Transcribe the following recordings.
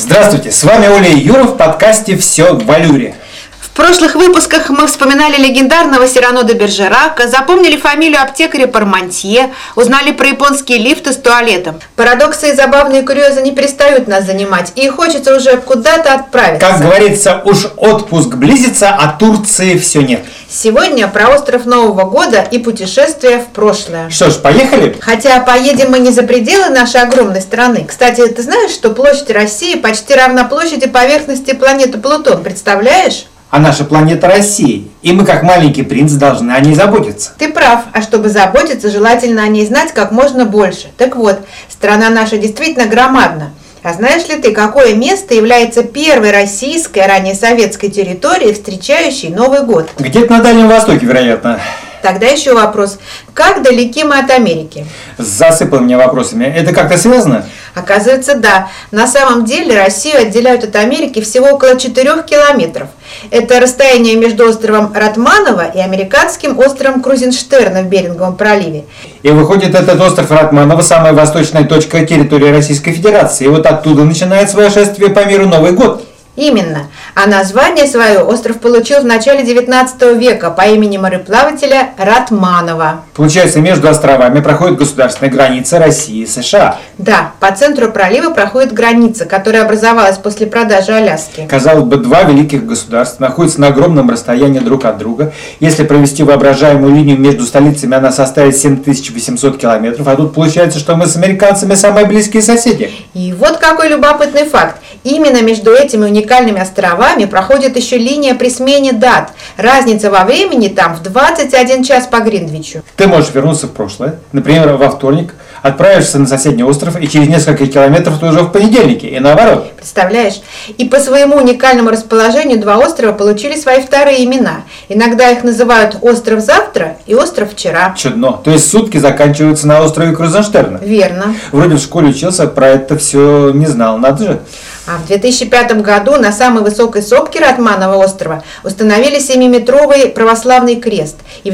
Здравствуйте, с вами Оля и Юра в подкасте «Все в Алюре». В прошлых выпусках мы вспоминали легендарного Сирано де Бержерака, запомнили фамилию аптекаря Пармантье, узнали про японские лифты с туалетом. Парадоксы и забавные курьезы не перестают нас занимать, и хочется уже куда-то отправиться. Как говорится, уж отпуск близится, а Турции все нет. Сегодня про остров Нового года и путешествие в прошлое. Что ж, поехали? Хотя поедем мы не за пределы нашей огромной страны. Кстати, ты знаешь, что площадь России почти равна площади поверхности планеты Плутон, представляешь? А наша планета Россия, и мы, как маленький принц, должны о ней заботиться. Ты прав, а чтобы заботиться, желательно о ней знать как можно больше. Так вот, страна наша действительно громадна. А знаешь ли ты, какое место является первой российской, ранее советской территорией, встречающей Новый год? Где-то на Дальнем Востоке, вероятно. Тогда еще вопрос. Как далеки мы от Америки? Засыпал меня вопросами. Это как-то связано? Оказывается, да. На самом деле Россию отделяют от Америки всего около 4 километров. Это расстояние между островом Ратманово и американским островом Крузенштерна в Беринговом проливе. И выходит, этот остров Ратманово самая восточная точка территории Российской Федерации. И вот оттуда начинает свое шествие по миру Новый год. Именно. А название свое остров получил в начале 19 века по имени мореплавателя Ратманова. Получается, между островами проходит государственная граница России и США. Да, по центру пролива проходит граница, которая образовалась после продажи Аляски. Казалось бы, два великих государства находятся на огромном расстоянии друг от друга. Если провести воображаемую линию между столицами, она составит 7800 километров, а тут получается, что мы с американцами самые близкие соседи. И вот какой любопытный факт. Именно между этими уникальными островами проходит еще линия при смене дат. Разница во времени там в 21 час по Гринвичу. Ты можешь вернуться в прошлое, например, во вторник, отправишься на соседний остров, и через несколько километров ты уже в понедельнике, и наоборот. Представляешь? И по своему уникальному расположению два острова получили свои вторые имена. Иногда их называют остров завтра и остров вчера. Чудно. То есть сутки заканчиваются на острове Крузенштерна. Верно. Вроде в школе учился, про это все не знал, надо же. А в 2005 году на самой высокой сопке Ратманова острова установили 7-метровый православный крест. И в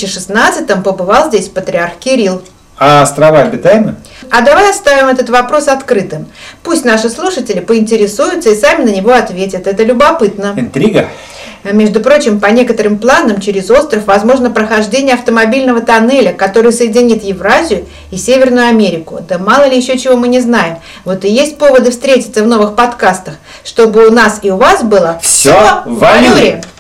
2016 побывал здесь патриарх Кирилл. А острова обитаемы? А давай оставим этот вопрос открытым. Пусть наши слушатели поинтересуются и сами на него ответят. Это любопытно. Интрига. Между прочим, по некоторым планам через остров возможно прохождение автомобильного тоннеля, который соединит Евразию и Северную Америку. Да мало ли еще чего мы не знаем. Вот и есть поводы встретиться в новых подкастах, чтобы у нас и у вас было все в Алюре.